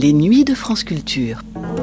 Les nuits de France Culture.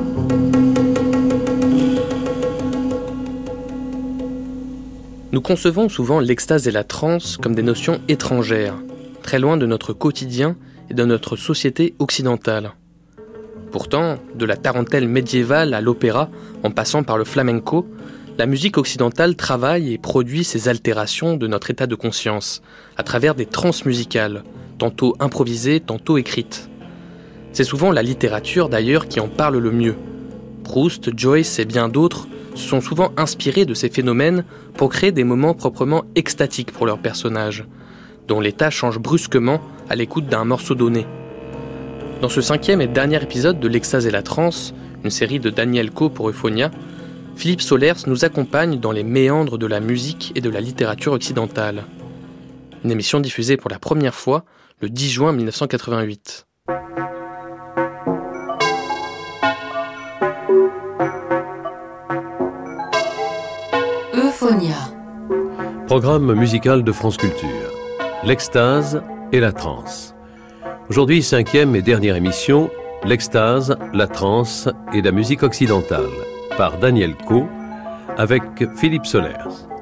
Nous concevons souvent l'extase et la transe comme des notions étrangères, très loin de notre quotidien et de notre société occidentale. Pourtant, de la tarentelle médiévale à l'opéra, en passant par le flamenco, la musique occidentale travaille et produit ces altérations de notre état de conscience, à travers des transes musicales, tantôt improvisées, tantôt écrites. C'est souvent la littérature d'ailleurs qui en parle le mieux. Proust, Joyce et bien d'autres se sont souvent inspirés de ces phénomènes pour créer des moments proprement extatiques pour leurs personnages, dont l'état change brusquement à l'écoute d'un morceau donné. Dans ce 5e et dernier épisode de L'Extase et la Transe, une série de Daniel Coe pour Euphonia, Philippe Solers nous accompagne dans les méandres de la musique et de la littérature occidentale. Une émission diffusée pour la première fois le 10 juin 1988. Euphonia. Programme musical de France Culture. L'extase et la transe. Aujourd'hui, 5e et dernière émission, l'extase, la transe et la musique occidentale, par Daniel Coe, avec Philippe Solers.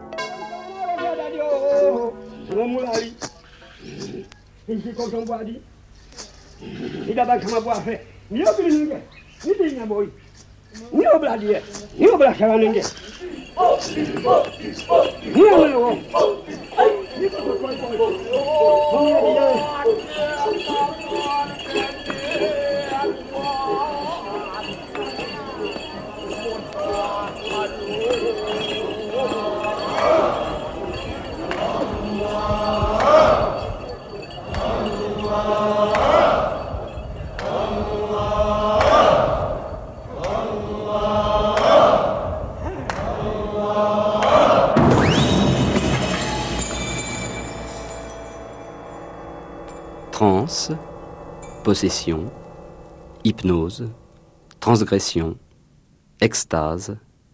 Transe, possession, hypnose, transgression, extase.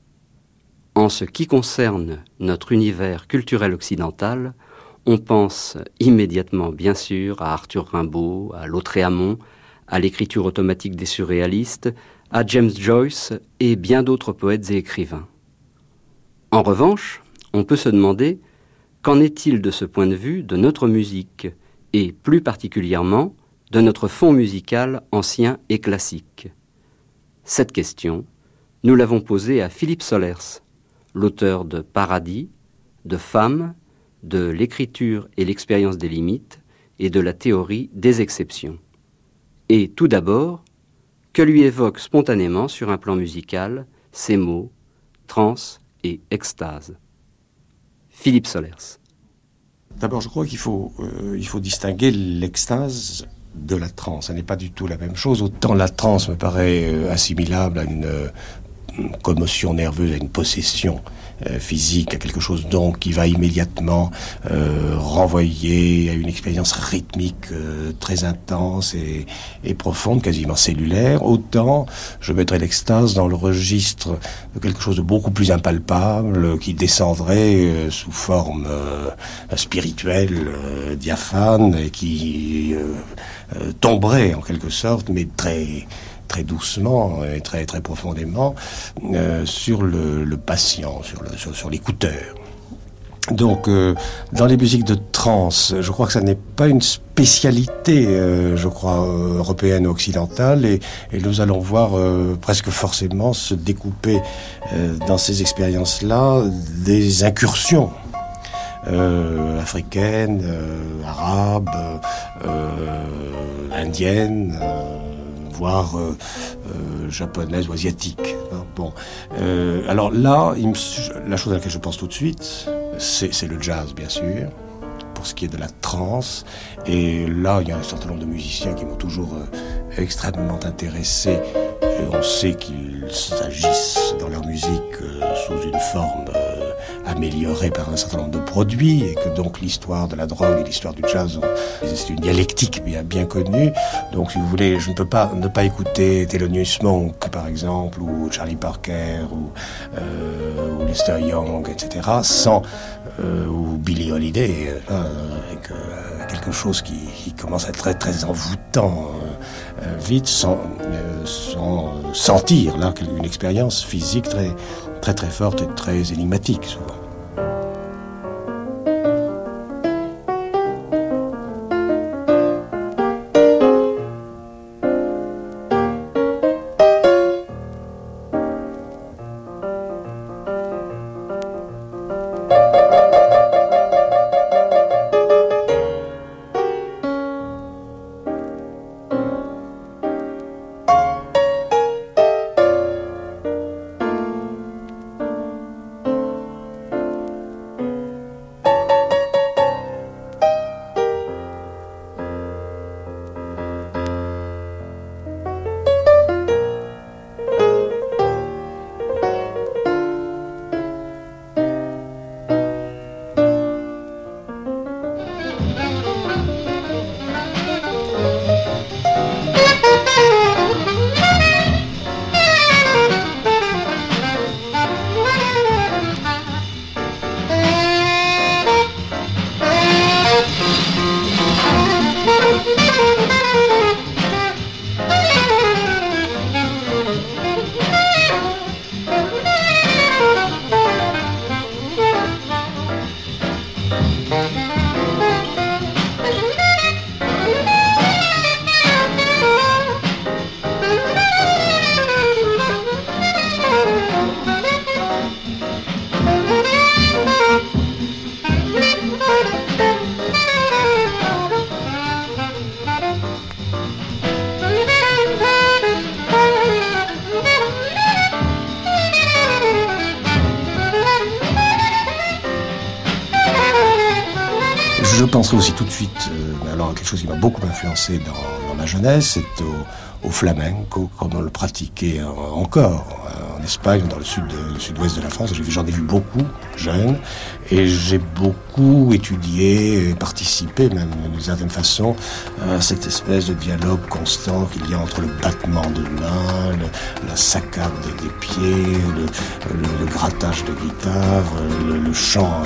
En ce qui concerne notre univers culturel occidental, on pense immédiatement bien sûr à Arthur Rimbaud, à Lautréamont, à l'écriture automatique des surréalistes, à James Joyce et bien d'autres poètes et écrivains. En revanche, on peut se demander qu'en est-il de ce point de vue de notre musique et plus particulièrement de notre fond musical ancien et classique. Cette question, nous l'avons posée à Philippe Solers, l'auteur de Paradis, de Femmes, de l'écriture et l'expérience des limites et de la théorie des exceptions. Et tout d'abord, que lui évoquent spontanément sur un plan musical ces mots, transe et extase. Philippe Solers. D'abord, je crois qu'il faut distinguer l'extase de la transe. Ça n'est pas du tout la même chose. Autant la transe me paraît assimilable à une commotion nerveuse, à une possession physique, à quelque chose donc qui va immédiatement renvoyer à une expérience rythmique très intense et profonde, quasiment cellulaire. Autant je mettrais l'extase dans le registre de quelque chose de beaucoup plus impalpable, qui descendrait sous forme spirituelle, diaphane, et qui tomberait en quelque sorte, mais très doucement et très profondément sur le patient, sur l'écouteur. Donc, dans les musiques de trance, je crois que ça n'est pas une spécialité, européenne ou occidentale, et nous allons voir presque forcément se découper dans ces expériences-là des incursions africaines, arabes, indiennes, voire japonaise ou asiatique. Bon, alors là, la chose à laquelle je pense tout de suite, c'est le jazz, bien sûr, pour ce qui est de la trance. Et là, il y a un certain nombre de musiciens qui m'ont toujours extrêmement intéressé. Et on sait qu'ils s'agissent dans leur musique sous une forme améliorée par un certain nombre de produits et que donc l'histoire de la drogue et l'histoire du jazz, c'est une dialectique bien connue. Donc si vous voulez, je ne peux pas ne pas écouter Thelonious Monk par exemple, ou Charlie Parker, ou Lester Young, etc., ou Billie Holiday, avec quelque chose qui commence à être très très envoûtant vite, sans sentir là une expérience physique très très très forte et très énigmatique souvent. Je penserai aussi tout de suite, alors quelque chose qui m'a beaucoup influencé dans ma jeunesse, c'est au flamenco, comme on le pratiquait encore en Espagne, dans le sud-ouest de la France. J'en ai vu beaucoup, jeune, et j'ai beaucoup étudié et participé, même d'une certaine façon, à cette espèce de dialogue constant qu'il y a entre le battement de main, la saccade des pieds, le grattage de guitare, le chant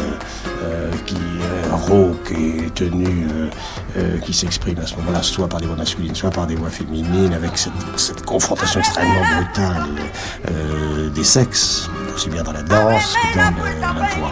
qui rauque et tenu, qui s'exprime à ce moment-là, soit par des voix masculines, soit par des voix féminines, avec cette confrontation extrêmement brutale des sexes, aussi bien dans la danse que dans la voix.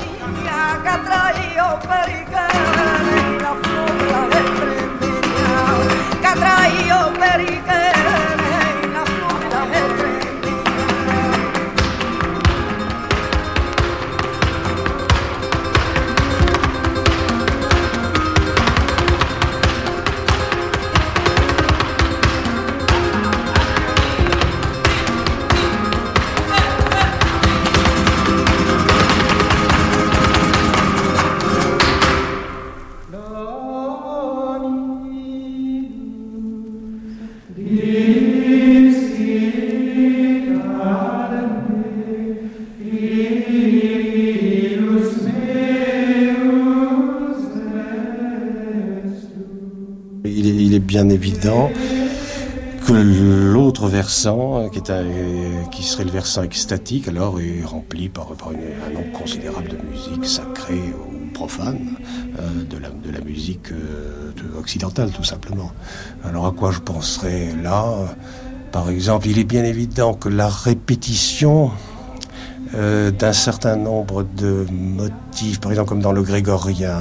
Il est bien évident que l'autre versant, qui serait le versant extatique, alors est rempli par un nombre considérable de musique sacrée ou profane, de la musique occidentale tout simplement. Alors à quoi je penserais là? Par exemple, il est bien évident que la répétition d'un certain nombre de motifs, par exemple comme dans le grégorien,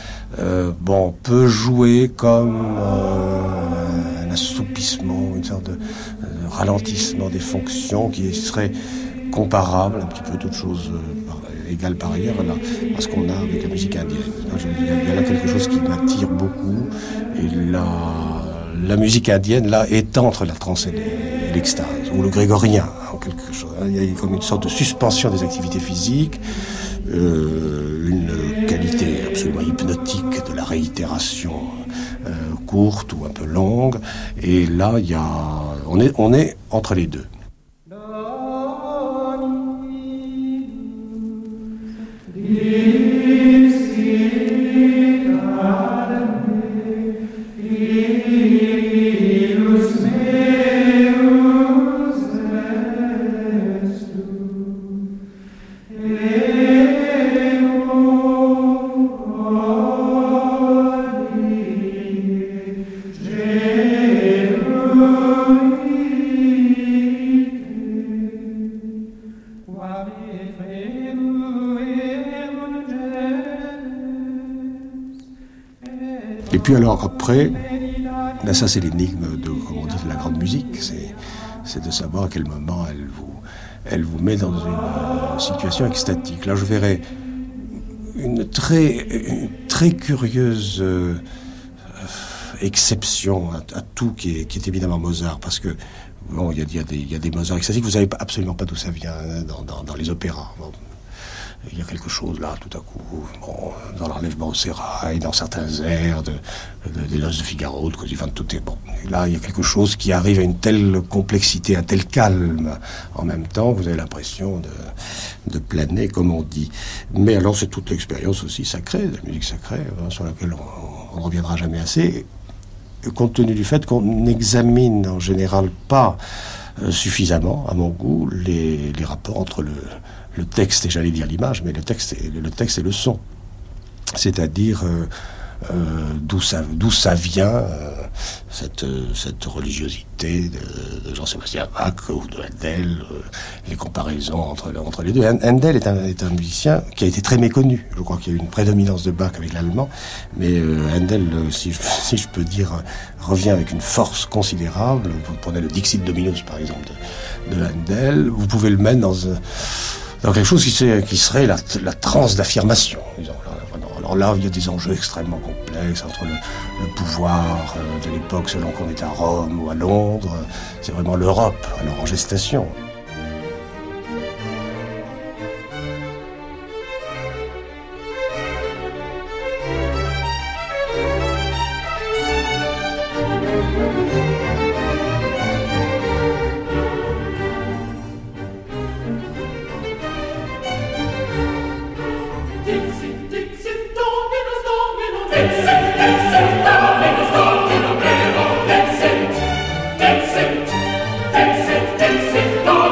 peut jouer comme un assoupissement, une sorte de ralentissement des fonctions qui serait comparable, un petit peu toute chose égale par ailleurs, à ce qu'on a avec la musique indienne. Il y a là quelque chose qui m'attire beaucoup, et la musique indienne, là, est entre la transe et l'extase, ou le grégorien, en quelque chose. Il y a comme une sorte de suspension des activités physiques, une qualité absolument hypnotique de la réitération courte ou un peu longue, et là, on est entre les deux. Yeah. puis alors après, ben ça c'est l'énigme de la grande musique, c'est de savoir à quel moment elle vous met dans une situation extatique. Là je verrais une très curieuse exception à tout qui est évidemment Mozart, parce que bon, il y a des Mozart extatiques, vous savez absolument pas d'où ça vient dans les opéras. Bon. Il y a quelque chose là, tout à coup, bon, dans l'enlèvement au sérail, dans certains airs des Noces de Figaro, de Così fan tutte. Bon, là, il y a quelque chose qui arrive à une telle complexité, un tel calme, en même temps, vous avez l'impression de planer, comme on dit. Mais alors, c'est toute l'expérience aussi sacrée, de la musique sacrée, sur laquelle on ne reviendra jamais assez, compte tenu du fait qu'on n'examine en général pas suffisamment, à mon goût, les rapports entre le texte, et j'allais dire l'image, mais le texte et le son. C'est-à-dire d'où ça vient, cette religiosité de Jean-Sébastien Bach ou de Handel, les comparaisons entre les deux. Handel est un musicien qui a été très méconnu. Je crois qu'il y a eu une prédominance de Bach avec l'allemand, mais Handel, si je peux dire, revient avec une force considérable. Vous prenez le Dixit Dominus, par exemple, de Handel, vous pouvez le mettre dans quelque chose qui serait la transe d'affirmation, disons. Alors là, il y a des enjeux extrêmement complexes entre le pouvoir de l'époque selon qu'on est à Rome ou à Londres. C'est vraiment l'Europe, alors en gestation. Dixit, Dominus Domino.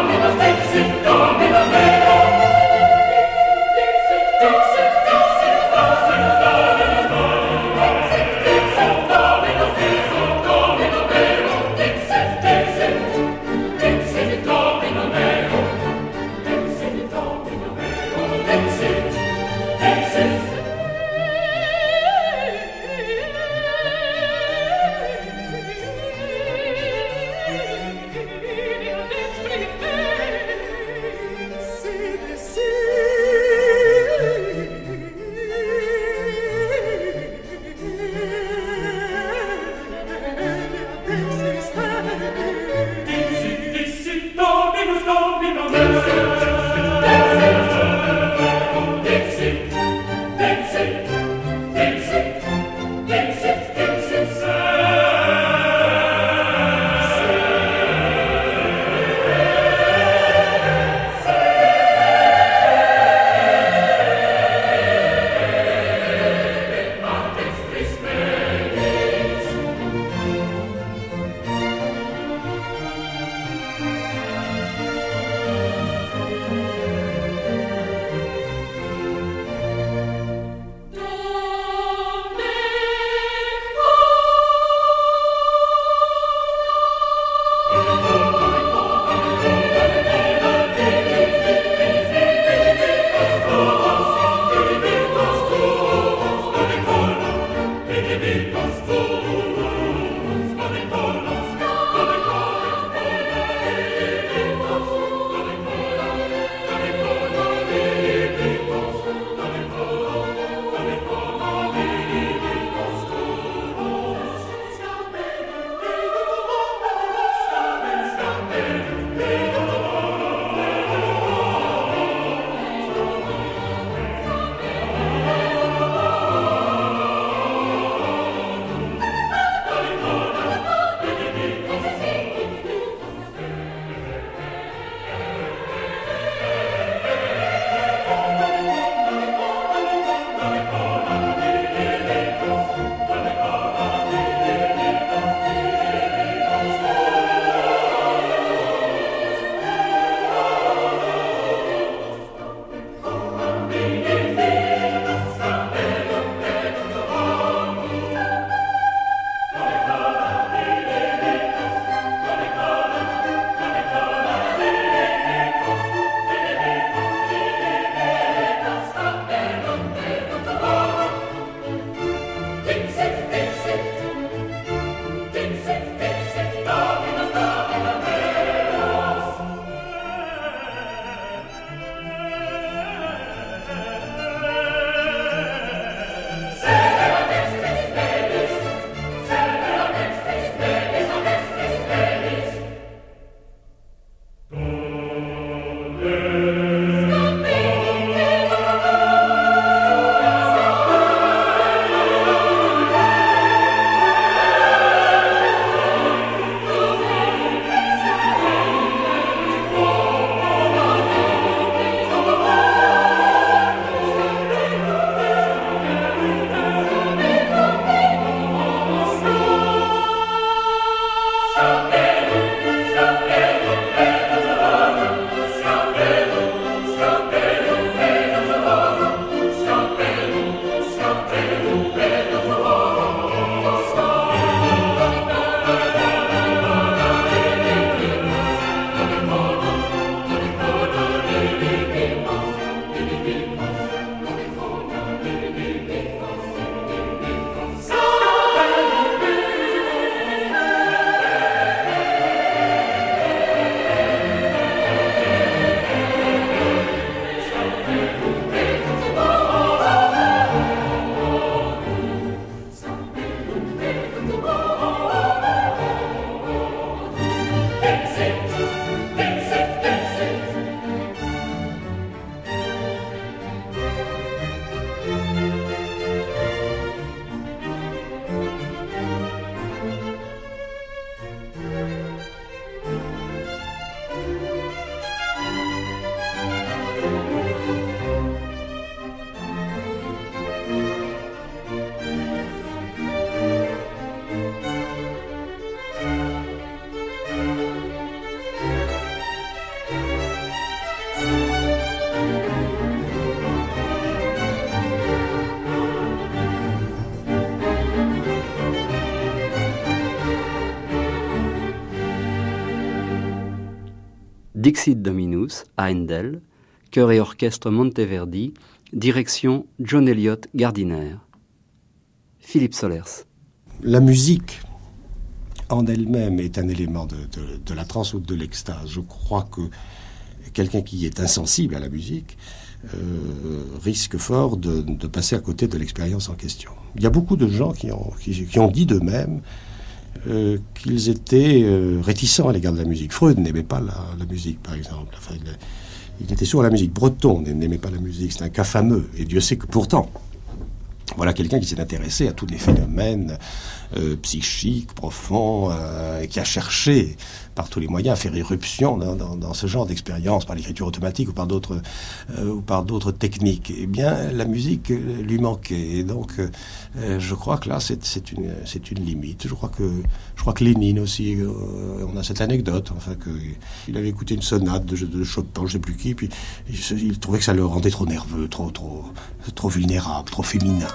Dixit Dominus, à Handel, chœur et orchestre Monteverdi, direction John Elliott Gardiner. Philippe Solers. La musique en elle-même est un élément de la transe ou de l'extase. Je crois que quelqu'un qui est insensible à la musique risque fort de passer à côté de l'expérience en question. Il y a beaucoup de gens qui ont dit d'eux-mêmes qu'ils étaient réticents à l'égard de la musique. Freud n'aimait pas la musique, par exemple. Enfin, il était sourd à la musique. Breton n'aimait pas la musique. C'est un cas fameux. Et Dieu sait que pourtant, voilà quelqu'un qui s'est intéressé à tous les phénomènes psychiques, profonds, qui a cherché par tous les moyens à faire irruption dans ce genre d'expérience, par l'écriture automatique ou par d'autres techniques. Eh bien, la musique lui manquait. Et donc, je crois que là, c'est une limite. Je crois que Lénine aussi, on a cette anecdote, enfin, qu'il avait écouté une sonate de Chopin, je ne sais plus qui, puis il trouvait que ça le rendait trop nerveux, trop vulnérable, trop féminin.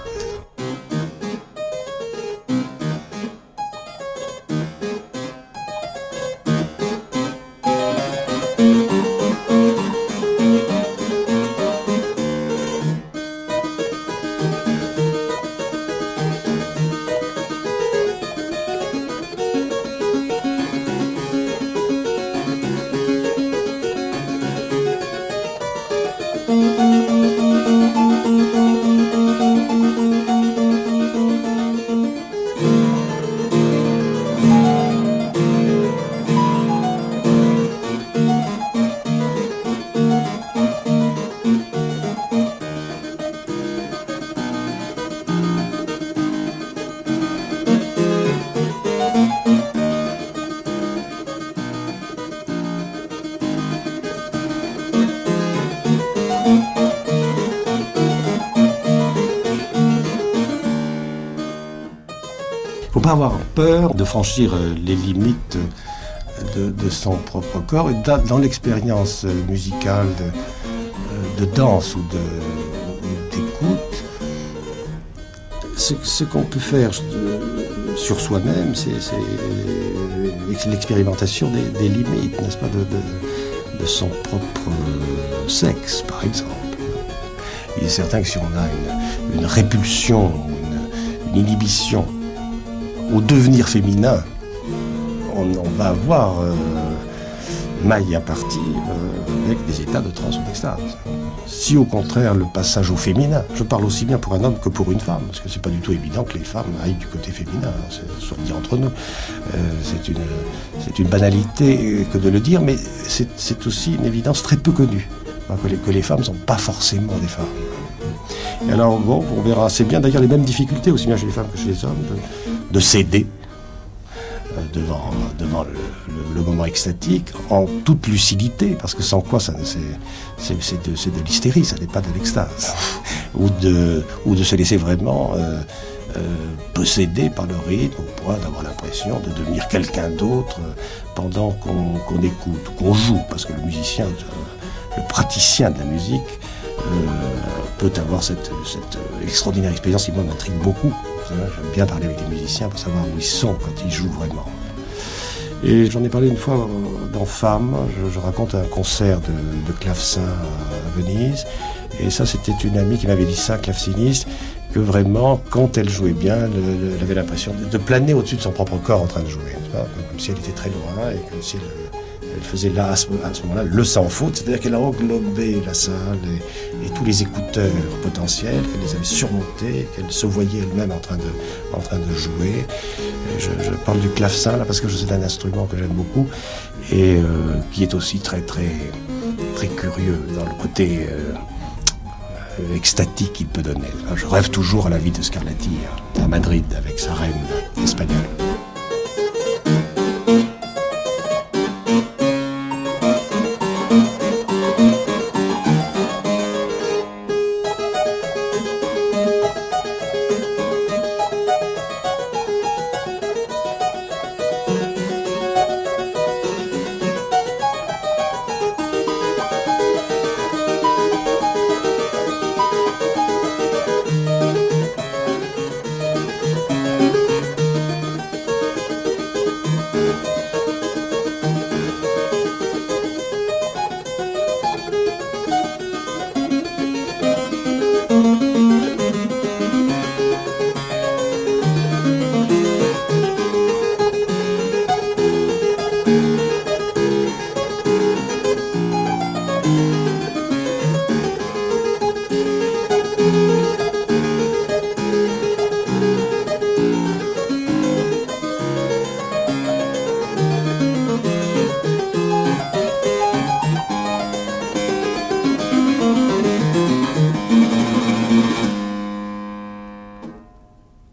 Il ne faut pas avoir peur de franchir les limites de son propre corps. Et dans l'expérience musicale de danse ou d'écoute, ce qu'on peut faire sur soi-même, c'est l'expérimentation des limites, n'est-ce pas, de son propre sexe, par exemple. Il est certain que si on a une répulsion, une inhibition au devenir féminin, on va avoir maille à partir avec des états de transe ou d'extase. Si au contraire le passage au féminin, je parle aussi bien pour un homme que pour une femme, parce que c'est pas du tout évident que les femmes aillent du côté féminin, soit dit entre nous. C'est une banalité que de le dire, mais c'est aussi une évidence très peu connue, que les femmes ne sont pas forcément des femmes. Et alors bon, on verra, c'est bien d'ailleurs les mêmes difficultés, aussi bien chez les femmes que chez les hommes, de céder devant le moment extatique en toute lucidité, parce que sans quoi c'est de l'hystérie, ça n'est pas de l'extase, ou de se laisser vraiment posséder par le rythme au point d'avoir l'impression de devenir quelqu'un d'autre pendant qu'on écoute ou qu'on joue, parce que le musicien, le praticien de la musique peut avoir cette extraordinaire expérience qui moi m'intrigue beaucoup. J'aime bien parler avec les musiciens pour savoir où ils sont quand ils jouent vraiment. Et j'en ai parlé une fois dans Femmes, je raconte un concert de clavecin à Venise, et ça c'était une amie qui m'avait dit ça, claveciniste, que vraiment quand elle jouait bien, elle avait l'impression de planer au-dessus de son propre corps en train de jouer, comme si elle était très loin et comme si elle faisait là, à ce moment-là, le sans faute, c'est-à-dire qu'elle a englobé la salle et tous les écouteurs potentiels, qu'elle les avait surmontés, qu'elle se voyait elle-même en train de jouer. Je parle du clavecin là parce que c'est un instrument que j'aime beaucoup et qui est aussi très très très curieux dans le côté extatique qu'il peut donner. Je rêve toujours à la vie de Scarlatti à Madrid avec sa reine espagnole.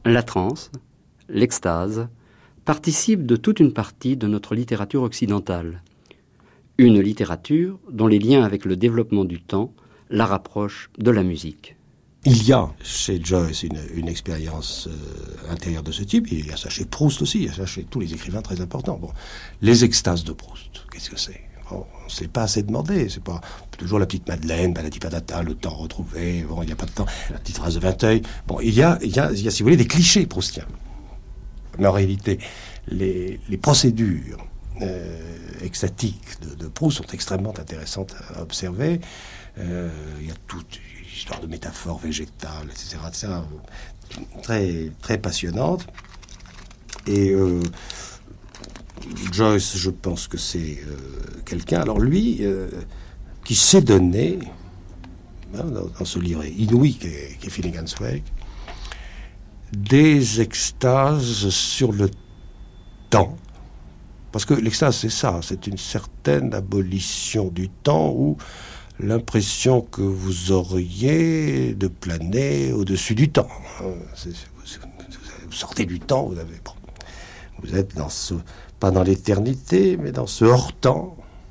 La transe, l'extase, participent de toute une partie de notre littérature occidentale. Une littérature dont les liens avec le développement du temps la rapprochent de la musique. Il y a chez Joyce une expérience intérieure de ce type, et il y a ça chez Proust aussi, il y a ça chez tous les écrivains très importants. Bon, les extases de Proust, qu'est-ce que c'est? Bon, on ne s'est pas assez demandé, c'est pas toujours la petite Madeleine, patati patata, le temps retrouvé, bon, il n'y a pas de temps, la petite phrase de Vinteuil. Bon, il y a, si vous voulez, des clichés proustiens. Mais en réalité, les procédures extatiques de Proust sont extrêmement intéressantes à observer. Il y a toute une histoire de métaphores végétales, etc. Très, très passionnante. Et Joyce, je pense que c'est quelqu'un, alors lui, qui s'est donné, dans ce livre inouï qu'est Finnegan's Wake, des extases sur le temps. Parce que l'extase, c'est ça, c'est une certaine abolition du temps où l'impression que vous auriez de planer au-dessus du temps. Vous sortez du temps, vous êtes dans ce, pas dans l'éternité, mais dans ce hors-temps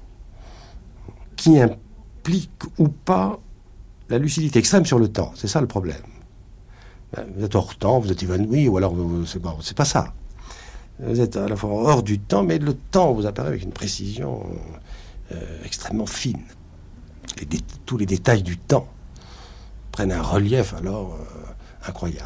qui implique ou pas la lucidité extrême sur le temps. C'est ça le problème. Vous êtes hors temps, vous êtes évanoui, ou alors c'est pas ça. Vous êtes à la fois hors du temps, mais le temps vous apparaît avec une précision extrêmement fine. Tous les détails du temps prennent un relief alors incroyable.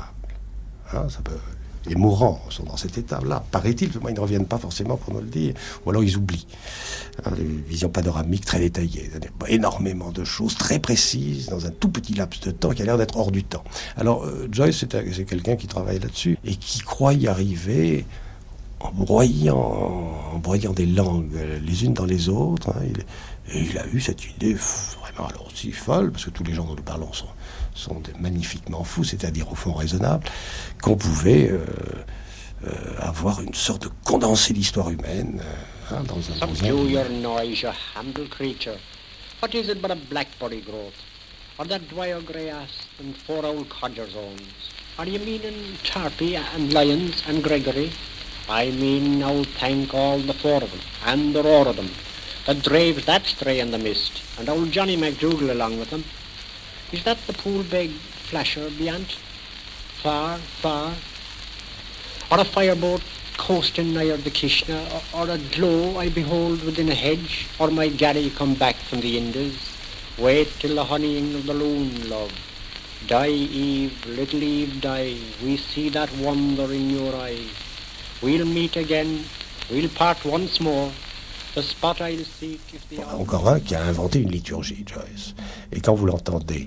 Les mourants sont dans cet état-là. Paraît-il, ils ne reviennent pas forcément pour nous le dire, ou alors ils oublient. Les visions panoramiques très détaillées, énormément de choses très précises dans un tout petit laps de temps qui a l'air d'être hors du temps. Alors Joyce, c'est quelqu'un qui travaille là-dessus et qui croit y arriver en broyant des langues les unes dans les autres. Et il a eu cette idée vraiment alors aussi folle, parce que tous les gens dont nous parlons sont magnifiquement fous, c'est-à-dire au fond raisonnables, qu'on pouvait avoir une sorte de condensé d'histoire humaine dans un... Subdue your noise, you humble creature. What is it but a blackberry growth? Or that dwyer grass and 4 old codgers' owns? Are you meaning Tarpey and Lyons and Gregory? I mean I'll thank all the 4 of them, and the roar of them, that draves that stray in the mist, and old Johnny MacDougall along with them. Is that the pool-beg flasher beyant? Far, far? Or a fireboat coasting nigher the Kishna, or a glow I behold within a hedge, or my Gary come back from the Indies? Wait till the honeying of the loon, love. Die, Eve, little Eve, die. We see that wonder in your eyes. We'll meet again, we'll part once more. The spot I'll seek if the... Encore un qui a inventé une liturgie, Joyce. Et quand vous l'entendez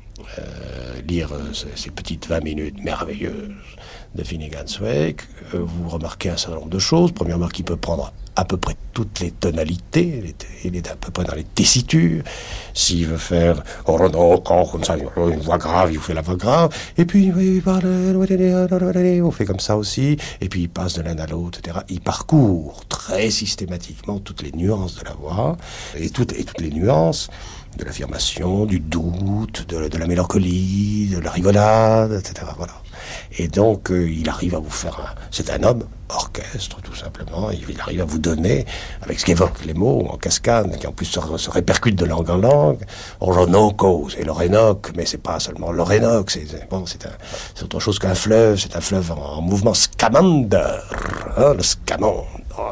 lire ces petites 20 minutes merveilleuses de Finnegan's Wake, vous remarquez un certain nombre de choses. Premièrement, qu'il peut prendre à peu près toutes les tonalités, il est à peu près dans les tessitures. S'il veut faire comme ça, une voix grave, il vous fait la voix grave. Et puis il parle, on fait comme ça aussi. Et puis il passe de l'un à l'autre, etc. Il parcourt très systématiquement toutes les nuances de la voix et toutes les nuances de l'affirmation, du doute, de la mélancolie, de la rigolade, etc. Voilà. Et donc, il arrive à vous faire c'est un homme orchestre, tout simplement. Il arrive à vous donner, avec ce qu'évoquent les mots en cascade, qui en plus se répercutent de langue en langue. Orinoco, c'est l'Orénoque, mais c'est pas seulement l'Orénoque, c'est autre chose qu'un fleuve. C'est un fleuve en mouvement scamander, le scamande.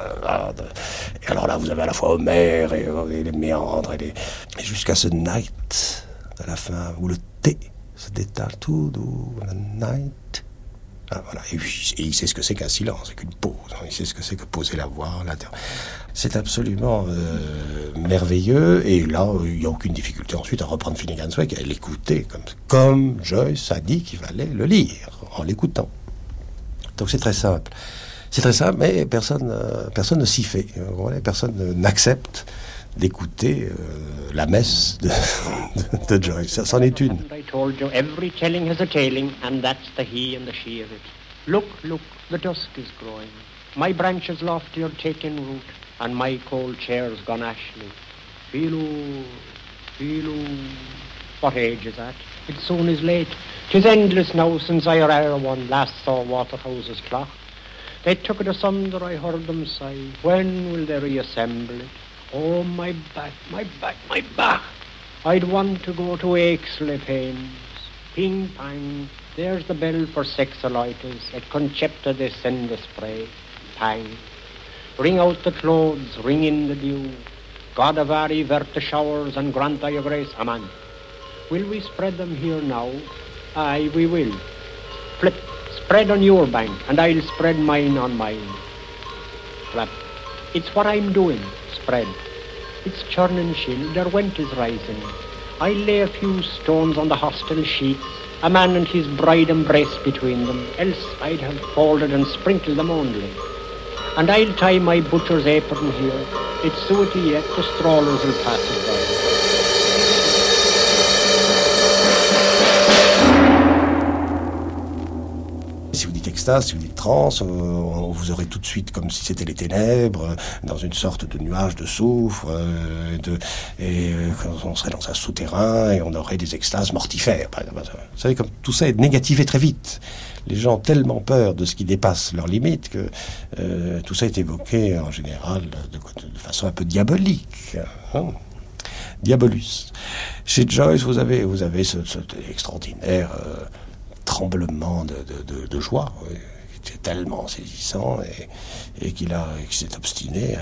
Et alors là, vous avez à la fois Homère et les méandres, et jusqu'à ce night, à la fin, où le T se détale tout doux, la night. Ah, voilà. Et il sait ce que c'est qu'un silence, qu'une pause. Il sait ce que c'est que poser la voix. C'est absolument merveilleux. Et là, il n'y a aucune difficulté ensuite à reprendre Finnegan's Wake et à l'écouter comme Joyce a dit qu'il fallait le lire, en l'écoutant. Donc c'est très simple. C'est très simple, mais personne ne s'y fait. Personne n'accepte d'écouter la messe de Joyce. Ça c'en est une. I told you, every telling has a tailing, and that's the he and the she of it. Look, look, the dusk is growing. My branches lofty are taking root, and my cold chair's gone ashly. Philo. What age is that? it soon is late. 'Tis endless now since I or one last saw Waterhouse's clock. They took it asunder, I heard them sigh. When will they reassemble it? Oh, my back, my back, my back. I'd want to go to Aixley Pains. Ping, pang, there's the bell for sexolitis. At Concepta they send the spray. Pang. Ring out the clothes, ring in the dew. God avari, vert the showers, and grant thy grace. Amen. Will we spread them here now? Aye, we will. Flip, spread on your bank, and I'll spread mine on mine. Flap. It's what I'm doing, spread. It's churn and chill, their went is rising. I lay a few stones on the hostel sheets, a man and his bride embrace between them, else I'd have folded and sprinkled them only. And I'll tie my butcher's apron here. It's suety yet, the strollers will pass it by. Si vous dites extase, si vous dites transe, vous aurez tout de suite comme si c'était les ténèbres, dans une sorte de nuage de soufre, on serait dans un souterrain et on aurait des extases mortifères. Vous savez, comme tout ça est négativé très vite. Les gens ont tellement peur de ce qui dépasse leurs limites que tout ça est évoqué en général de façon un peu diabolique. Hein. Diabolus. Chez Joyce, vous avez ce extraordinaire tremblement de joie, qui était tellement saisissant et qu'il s'est obstiné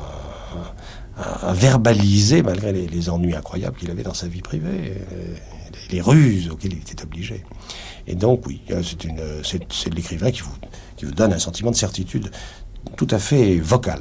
à verbaliser malgré les ennuis incroyables qu'il avait dans sa vie privée, les ruses auxquelles il était obligé. Et donc oui, c'est l'écrivain qui vous donne un sentiment de certitude tout à fait vocal.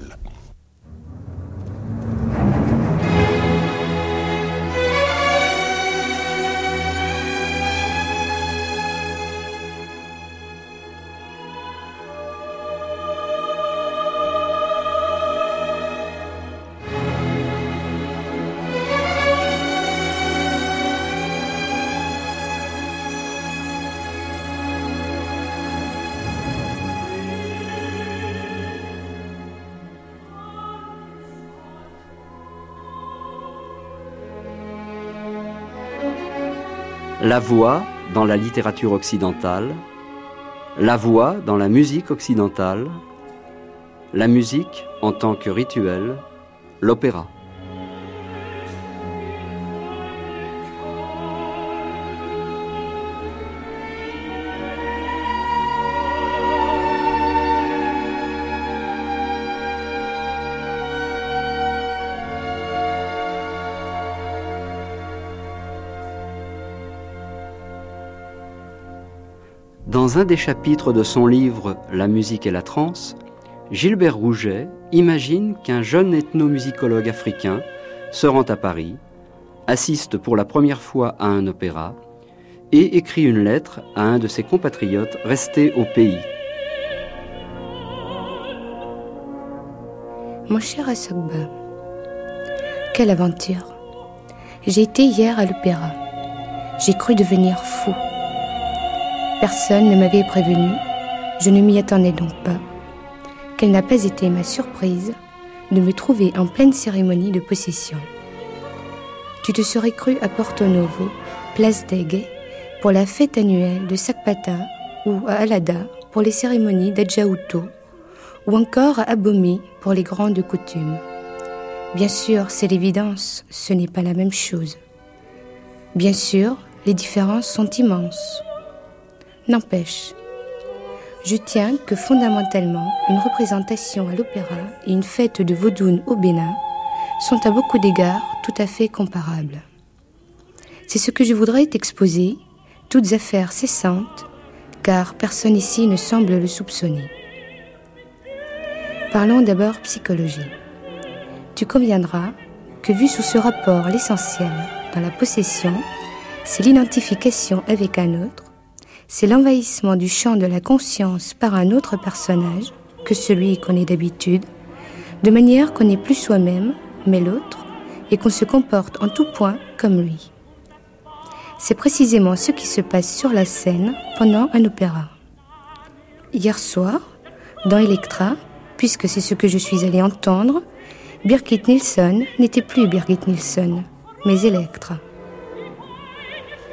La voix dans la littérature occidentale, la voix dans la musique occidentale, la musique en tant que rituel, l'opéra. Dans un des chapitres de son livre « La musique et la transe », Gilbert Rouget imagine qu'un jeune ethnomusicologue africain se rend à Paris, assiste pour la première fois à un opéra et écrit une lettre à un de ses compatriotes restés au pays. Mon cher Assogba, quelle aventure! J'ai été hier à l'opéra. J'ai cru devenir fou. Personne ne m'avait prévenu, je ne m'y attendais donc pas. Quelle n'a pas été ma surprise de me trouver en pleine cérémonie de possession. Tu te serais cru à Porto Novo, place d'Aigues, pour la fête annuelle de Sakpata, ou à Alada pour les cérémonies d'Adjaouto, ou encore à Abomey pour les grandes coutumes. Bien sûr, c'est l'évidence, ce n'est pas la même chose. Bien sûr, les différences sont immenses. N'empêche, je tiens que fondamentalement, une représentation à l'opéra et une fête de Vodun au Bénin sont à beaucoup d'égards tout à fait comparables. C'est ce que je voudrais t'exposer, toutes affaires cessantes, car personne ici ne semble le soupçonner. Parlons d'abord psychologie. Tu conviendras que vu sous ce rapport l'essentiel dans la possession, c'est l'identification avec un autre, c'est l'envahissement du champ de la conscience par un autre personnage que celui qu'on est d'habitude, de manière qu'on n'est plus soi-même, mais l'autre, et qu'on se comporte en tout point comme lui. C'est précisément ce qui se passe sur la scène pendant un opéra. Hier soir, dans Elektra, puisque c'est ce que je suis allée entendre, Birgit Nilsson n'était plus Birgit Nilsson, mais Elektra.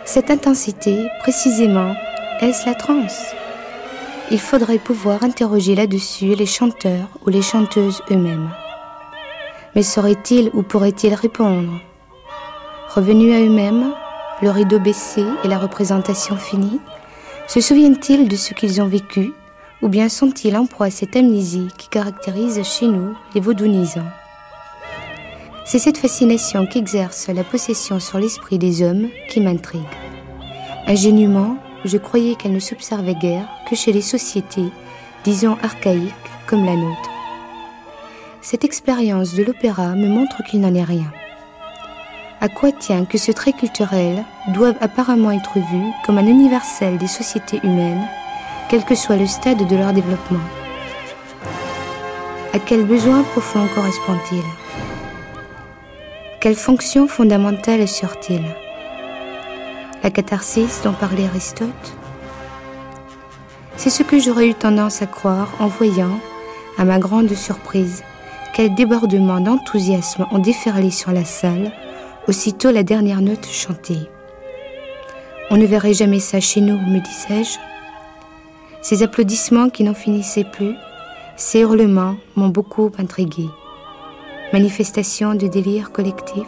Cette intensité, précisément, est-ce la transe ? Il faudrait pouvoir interroger là-dessus les chanteurs ou les chanteuses eux-mêmes. Mais sauraient-ils ou pourraient-ils répondre ? Revenus à eux-mêmes, le rideau baissé et la représentation finie, se souviennent-ils de ce qu'ils ont vécu, ou bien sont-ils en proie à cette amnésie qui caractérise chez nous les vaudonisants ? C'est cette fascination qu'exerce la possession sur l'esprit des hommes qui m'intrigue. Ingénument, je croyais qu'elle ne s'observait guère que chez les sociétés, disons archaïques, comme la nôtre. Cette expérience de l'opéra me montre qu'il n'en est rien. À quoi tient que ce trait culturel doive apparemment être vu comme un universel des sociétés humaines, quel que soit le stade de leur développement ? À quel besoin profond correspond-il ? Quelle fonction fondamentale assure-t-il ? La catharsis dont parlait Aristote ? C'est ce que j'aurais eu tendance à croire en voyant, à ma grande surprise, quel débordement d'enthousiasme ont déferlé sur la salle, aussitôt la dernière note chantée. On ne verrait jamais ça chez nous, me disais-je. Ces applaudissements qui n'en finissaient plus, ces hurlements m'ont beaucoup intrigué. Manifestation de délire collectif.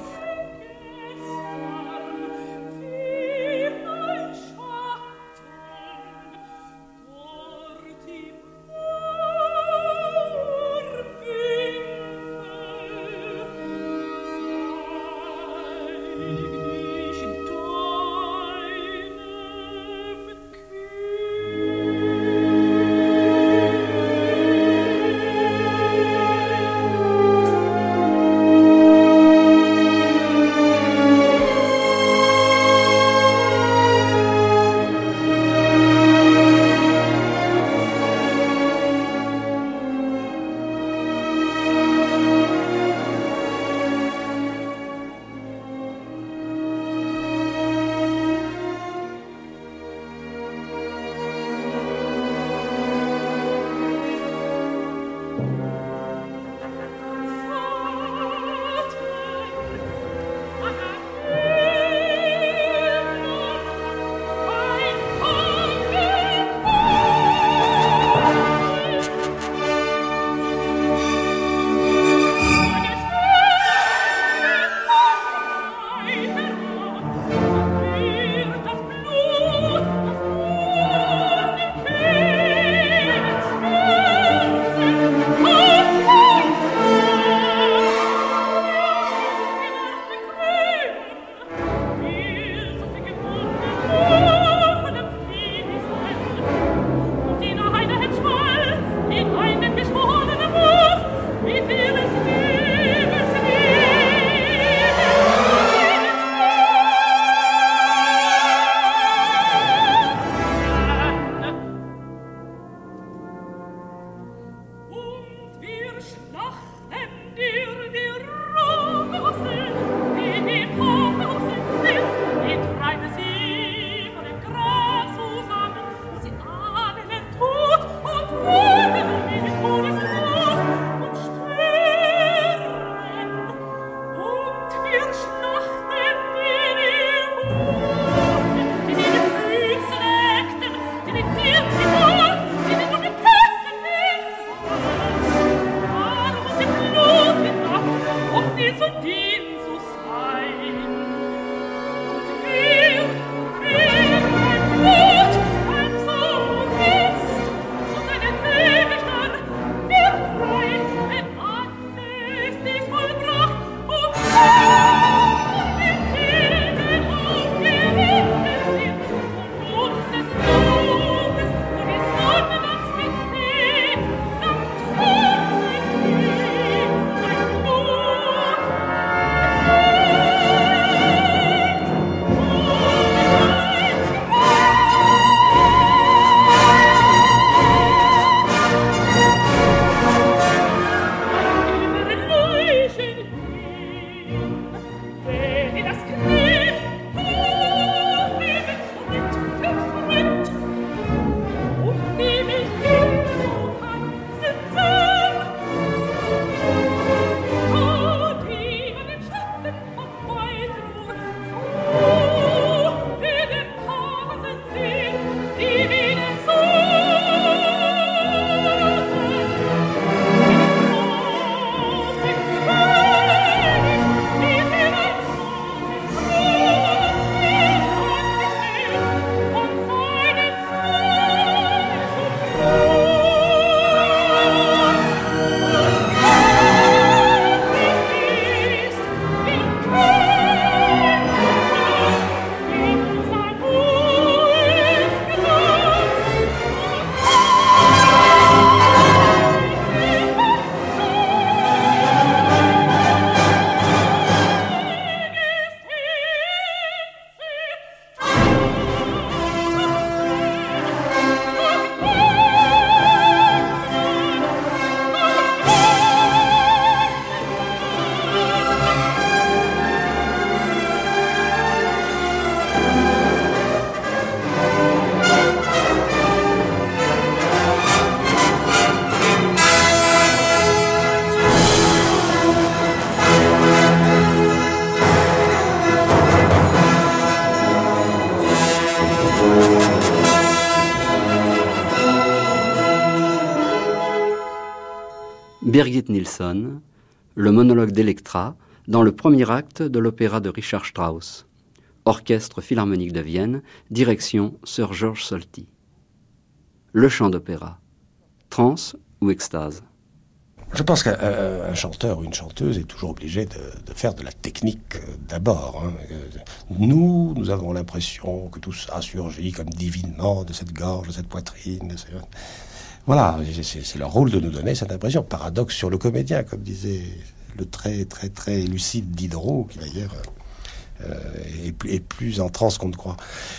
Birgit Nilsson, le monologue d'Electra, dans le premier acte de l'opéra de Richard Strauss. Orchestre Philharmonique de Vienne, direction Sir George Solti. Le chant d'opéra, transe ou extase? Je pense qu'un chanteur ou une chanteuse est toujours obligé de faire de la technique d'abord. Hein. Nous avons l'impression que tout ça surgit comme divinement de cette gorge, de cette poitrine. Voilà, c'est leur rôle de nous donner cette impression. Paradoxe sur le comédien, comme disait le très très très lucide Diderot, qui d'ailleurs est plus en transe qu'on ne croit.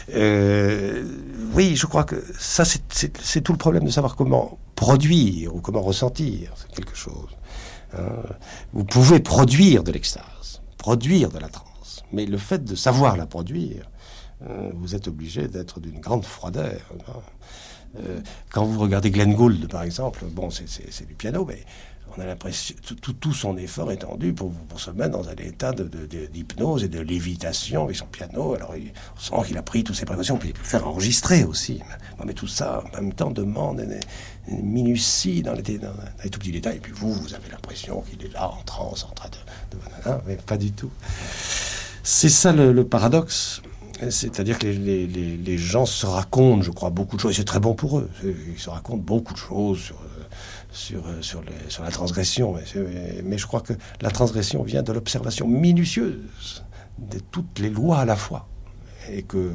Oui, je crois que ça, c'est tout le problème de savoir comment produire ou comment ressentir quelque chose. Vous pouvez produire de l'extase, produire de la transe, mais le fait de savoir la produire, vous êtes obligé d'être d'une grande froideur. Quand vous regardez Glenn Gould, par exemple, bon, c'est du piano, mais on a l'impression tout son effort étendu pour se mettre dans un état d'hypnose et de lévitation avec son piano. Alors on sent qu'il a pris toutes ses précautions, puis il peut le faire enregistrer aussi. Mais tout ça, en même temps, demande une minutie dans les tout petits détails. Et puis vous avez l'impression qu'il est là en transe, en train de mais pas du tout. C'est ça le paradoxe. C'est-à-dire que les gens se racontent, je crois, beaucoup de choses. Et c'est très bon pour eux. Ils se racontent beaucoup de choses sur la transgression. Mais je crois que la transgression vient de l'observation minutieuse de toutes les lois à la fois. Et que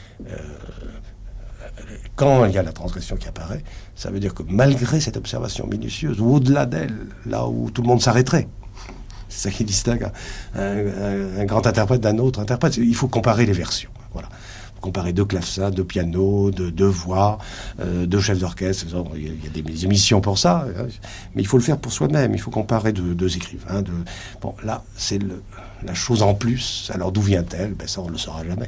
quand il y a la transgression qui apparaît, ça veut dire que malgré cette observation minutieuse, ou au-delà d'elle, là où tout le monde s'arrêterait, c'est ça qui distingue un grand interprète d'un autre interprète. Il faut comparer les versions. Voilà. Comparer deux clavecins, deux pianos, deux voix, deux chefs d'orchestre. Il y a des émissions pour ça. Mais il faut le faire pour soi-même. Il faut comparer deux écrivains. Bon, là, c'est la chose en plus. Alors d'où vient-elle? Ça, on ne le saura jamais.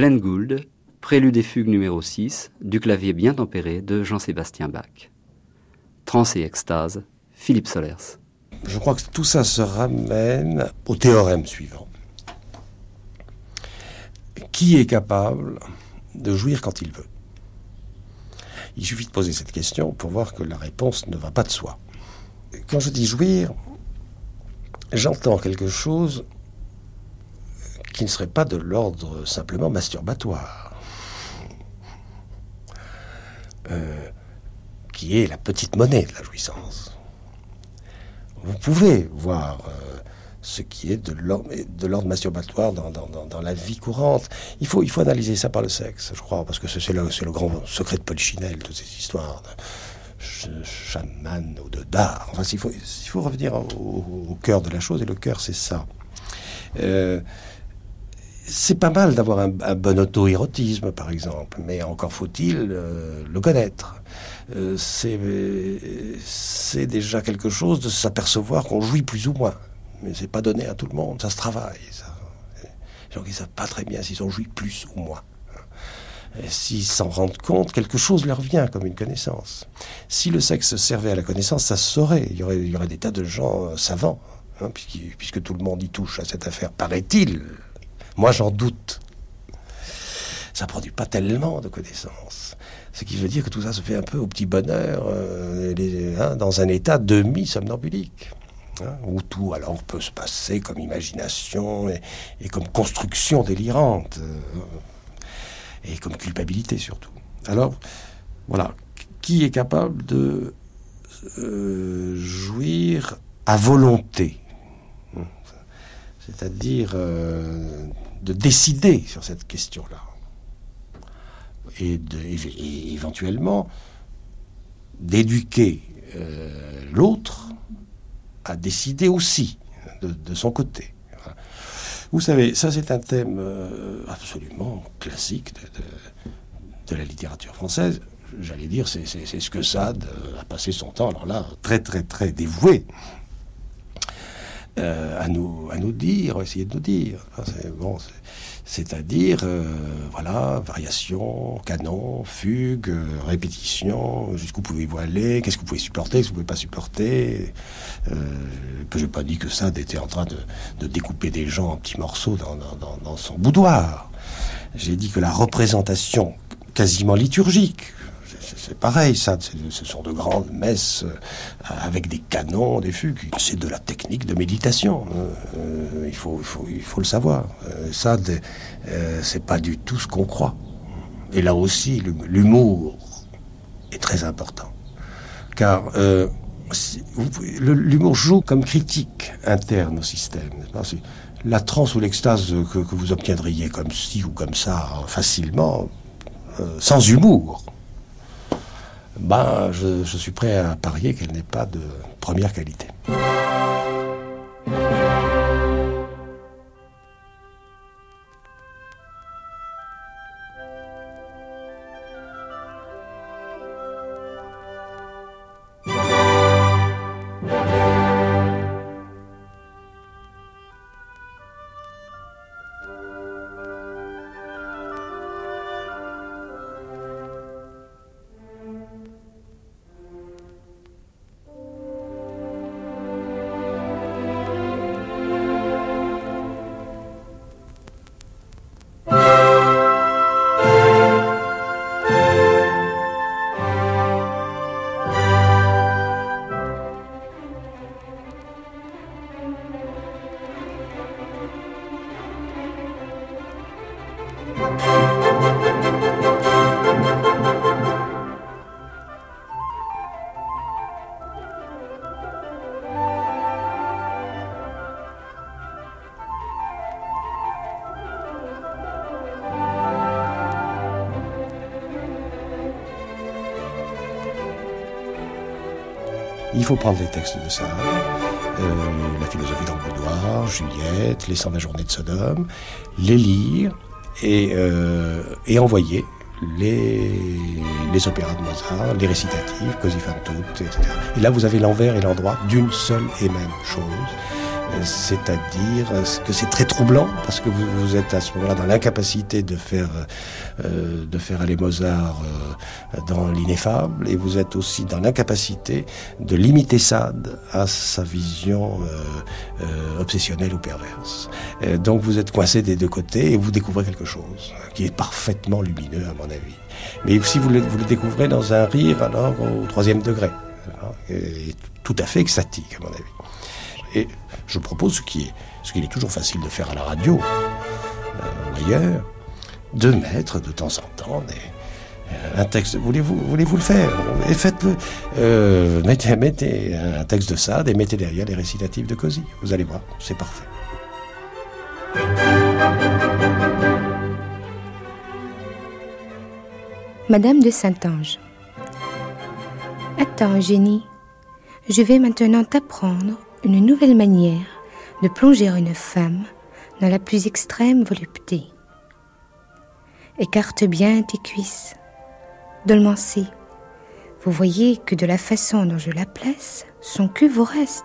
Glenn Gould, prélude et fugue numéro 6, du clavier bien tempéré de Jean-Sébastien Bach. Trans et extase, Philippe Solers. Je crois que tout ça se ramène au théorème suivant. Qui est capable de jouir quand il veut ? Il suffit de poser cette question pour voir que la réponse ne va pas de soi. Quand je dis jouir, j'entends quelque chose qui ne serait pas de l'ordre simplement masturbatoire, qui est la petite monnaie de la jouissance. Vous pouvez voir ce qui est de l'ordre masturbatoire dans la vie courante. Il faut analyser ça par le sexe, je crois, parce que c'est le grand secret de Polichinelle, toutes ces histoires de chaman ou de dard. Enfin, il faut revenir au cœur de la chose, et le cœur, c'est ça. C'est pas mal d'avoir un bon auto-érotisme, par exemple, mais encore faut-il le connaître. C'est déjà quelque chose de s'apercevoir qu'on jouit plus ou moins. Mais c'est pas donné à tout le monde, ça se travaille. Ça. Les gens qui ne savent pas très bien s'ils ont joui plus ou moins. Et s'ils s'en rendent compte, quelque chose leur vient comme une connaissance. Si le sexe servait à la connaissance, ça se saurait. Il y aurait des tas de gens savants, puisque tout le monde y touche à cette affaire, paraît-il. Moi, j'en doute. Ça ne produit pas tellement de connaissances. Ce qui veut dire que tout ça se fait un peu au petit bonheur, dans un état demi-somnambulique. Où tout alors peut se passer comme imagination et comme construction délirante, et comme culpabilité surtout. Alors, voilà. Qui est capable de jouir à volonté ? C'est-à-dire de décider sur cette question-là. Et éventuellement d'éduquer l'autre à décider aussi de son côté. Vous savez, ça c'est un thème absolument classique de la littérature française. J'allais dire, c'est ce que Sade a passé son temps, alors là, très très très dévoué à nous dire, essayer de nous dire. C'est-à-dire, variation, canon, fugue, répétition, jusqu'où pouvez-vous aller, qu'est-ce que vous pouvez supporter, qu'est-ce que vous ne pouvez pas supporter. Que je n'ai pas dit que Sade était en train de découper des gens en petits morceaux dans son boudoir. J'ai dit que la représentation quasiment liturgique, c'est pareil, ça, ce sont de grandes messes avec des canons, des fugues. C'est de la technique de méditation. Il faut le savoir. Ça, c'est pas du tout ce qu'on croit. Et là aussi, l'humour est très important. Car l'humour joue comme critique interne au système. La transe ou l'extase que vous obtiendriez comme ci ou comme ça, facilement, sans humour, je suis prêt à parier qu'elle n'est pas de première qualité. Il faut prendre les textes de Sade, la philosophie dans le boudoir, Juliette, les 120 journées de Sodome, les lire et envoyer les opéras de Mozart, les récitatifs, Così fan tutte, etc. Et là, vous avez l'envers et l'endroit d'une seule et même chose. c'est-à-dire que c'est très troublant parce que vous êtes à ce moment-là dans l'incapacité de faire aller Mozart dans l'ineffable, et vous êtes aussi dans l'incapacité de limiter Sade à sa vision obsessionnelle ou perverse. Donc vous êtes coincé des deux côtés et vous découvrez quelque chose qui est parfaitement lumineux à mon avis. Mais si vous le découvrez dans un rire, alors au 3e degré, et tout à fait extatique à mon avis. Et je propose ce qu'il est toujours facile de faire à la radio ou ailleurs, de mettre de temps en temps un texte. Voulez-vous le faire? Et faites-le. Mettez un texte de Sade et mettez derrière les récitatifs de Cosi. Vous allez voir, c'est parfait. Madame de Saint-Ange. Attends, Eugénie, je vais maintenant t'apprendre une nouvelle manière de plonger une femme dans la plus extrême volupté. Écarte bien tes cuisses. Dolmancé, vous voyez que de la façon dont je la place, son cul vous reste.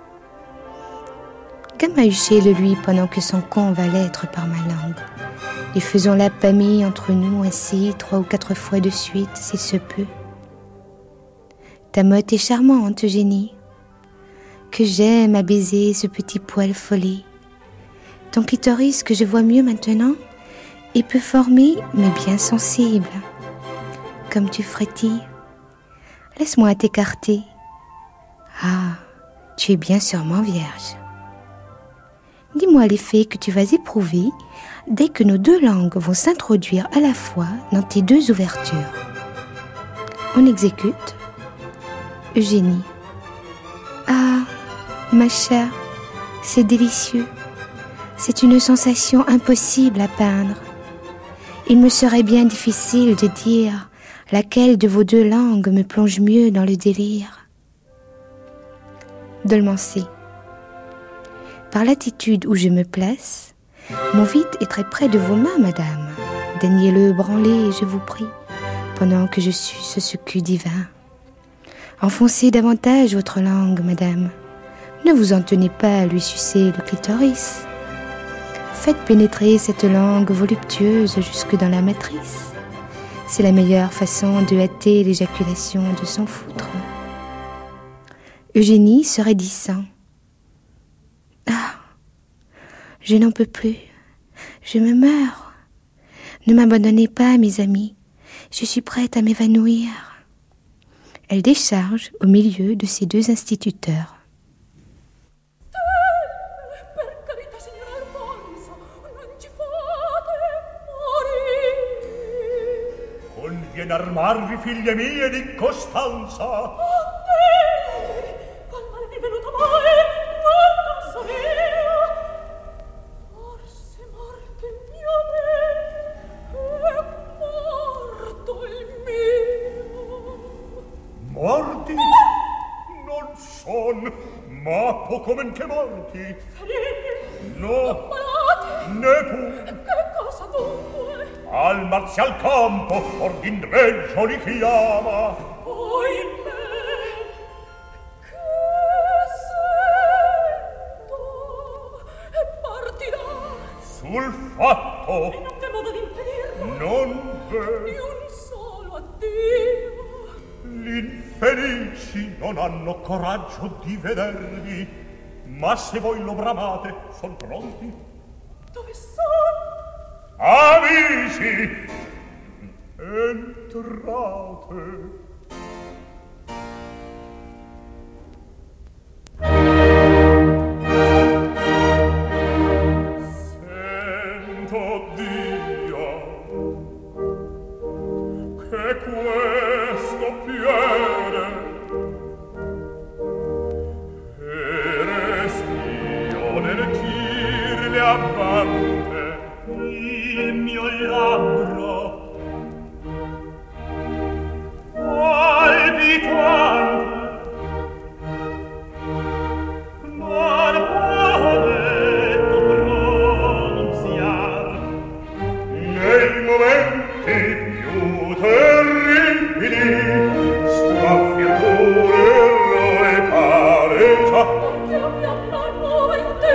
Camahuchez-le lui pendant que son con va l'être par ma langue. Et faisons la pamille entre nous ainsi 3 ou 4 fois de suite, s'il se peut. Ta motte est charmante, Eugénie. Que j'aime à baiser ce petit poil follet. Ton clitoris que je vois mieux maintenant est peu formé, mais bien sensible. Comme tu frétilles. Laisse-moi t'écarter. Ah, tu es bien sûrement vierge. Dis-moi l'effet que tu vas éprouver dès que nos 2 langues vont s'introduire à la fois dans tes 2 ouvertures. On exécute. Eugénie. Ah, ma chère, c'est délicieux. C'est une sensation impossible à peindre. Il me serait bien difficile de dire laquelle de vos 2 langues me plonge mieux dans le délire. Dolmancé. Par l'attitude où je me place, mon vide est très près de vos mains, madame. Daignez-le branler, je vous prie, pendant que je suce ce cul divin. Enfoncez davantage votre langue, madame. Ne vous en tenez pas à lui sucer le clitoris. Faites pénétrer cette langue voluptueuse jusque dans la matrice. C'est la meilleure façon de hâter l'éjaculation de son foutre. Eugénie se raidissant. Ah, je n'en peux plus. Je me meurs. Ne m'abandonnez pas, mes amis. Je suis prête à m'évanouir. Elle décharge au milieu de ses 2 instituteurs. Conviene armarvi, figlie mie, di costanza. Oh, te! Qual mal vi venuto mai, quando sapea? Forse morte il mio me, è morto il mio. Morti? Non son, ma poco men che morti. Feriti? No. Malati? Neppure. Che cosa dunque? Al marzial campo, ordin reggio li chiama. Poi me, che sento, e partirà. Sul fatto. E non v'è modo d'impedirlo. Non v'è. Di un solo addio. Gli infelici non hanno coraggio di vedervi, ma se voi lo bramate, son pronti. Dove sono? Amici, entrate. Sento Dio che questo piede e restio nel gir le avvante il mio labbro palpitante non può detto pronunziar nei momenti più terribili sgraffiature e pareggia Perché abbiamo noi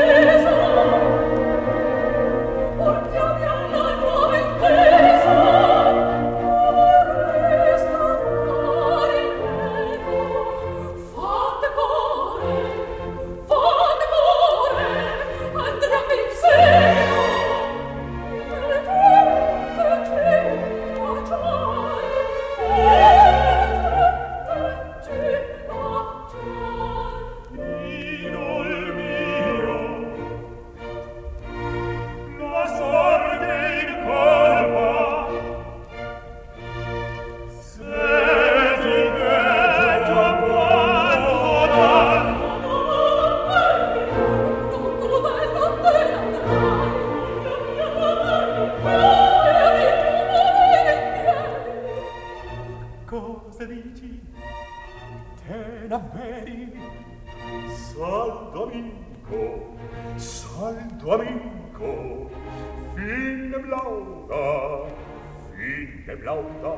amico, saldo amico, fine blauda, fine blauda.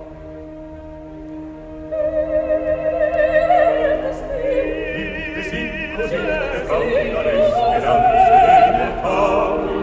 Così cambia le speranze del fare.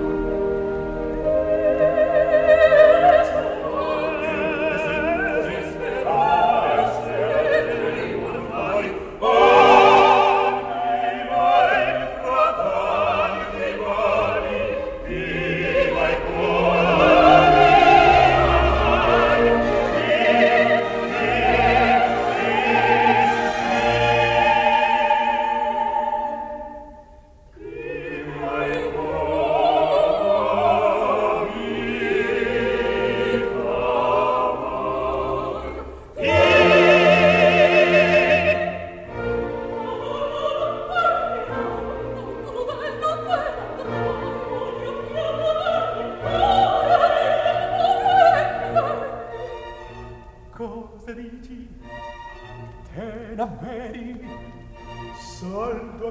Cosa dici? Te n'avveri? Saldo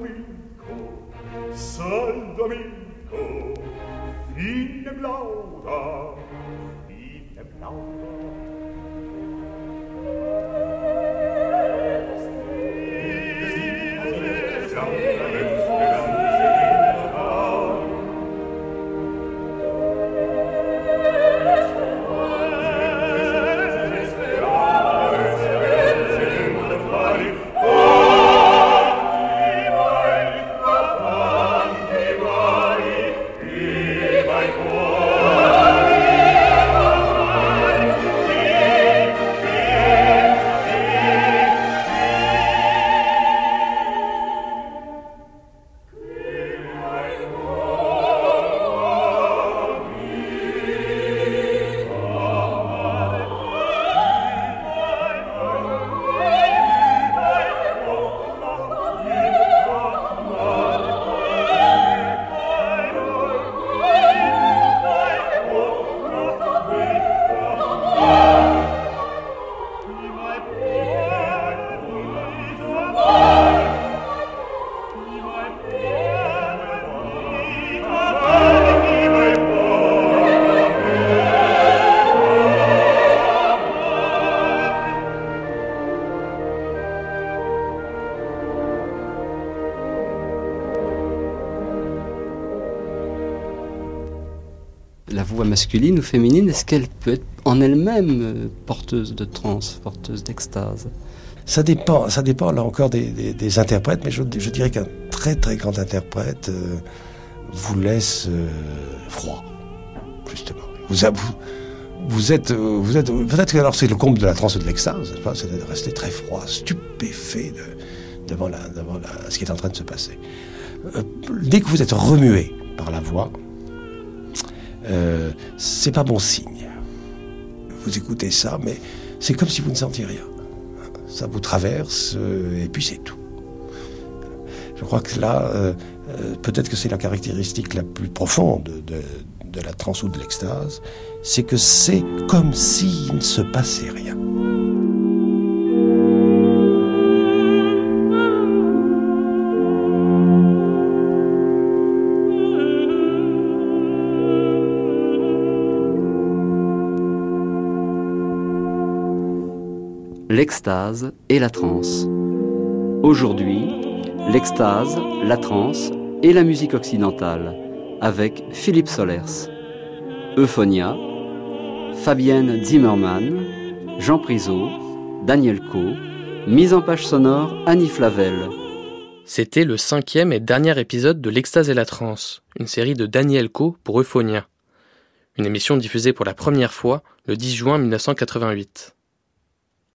amico, fine blauda, fine blauda. La voix masculine ou féminine, est-ce qu'elle peut être en elle-même porteuse de transe, porteuse d'extase? Ça dépend là encore des interprètes, mais je dirais qu'un très très grand interprète vous laisse froid, justement. Vous êtes peut-être que alors c'est le comble de la transe et de l'extase, n'est-ce pas, c'est de rester très froid, stupéfait devant ce qui est en train de se passer. Dès que vous êtes remué par la voix, c'est pas bon signe. Vous écoutez ça, mais c'est comme si vous ne sentiez rien. Ça vous traverse, et puis c'est tout. Je crois que là, peut-être que c'est la caractéristique la plus profonde de la transe ou de l'extase, c'est que c'est comme s'il ne se passait rien. L'extase et la transe. Aujourd'hui, l'extase, la transe et la musique occidentale, avec Philippe Solers, Euphonia, Fabienne Zimmermann, Jean Priseau, Daniel Caux, mise en page sonore Annie Flavel. C'était le 5e et dernier épisode de L'extase et la transe, une série de Daniel Caux pour Euphonia. Une émission diffusée pour la première fois le 10 juin 1988.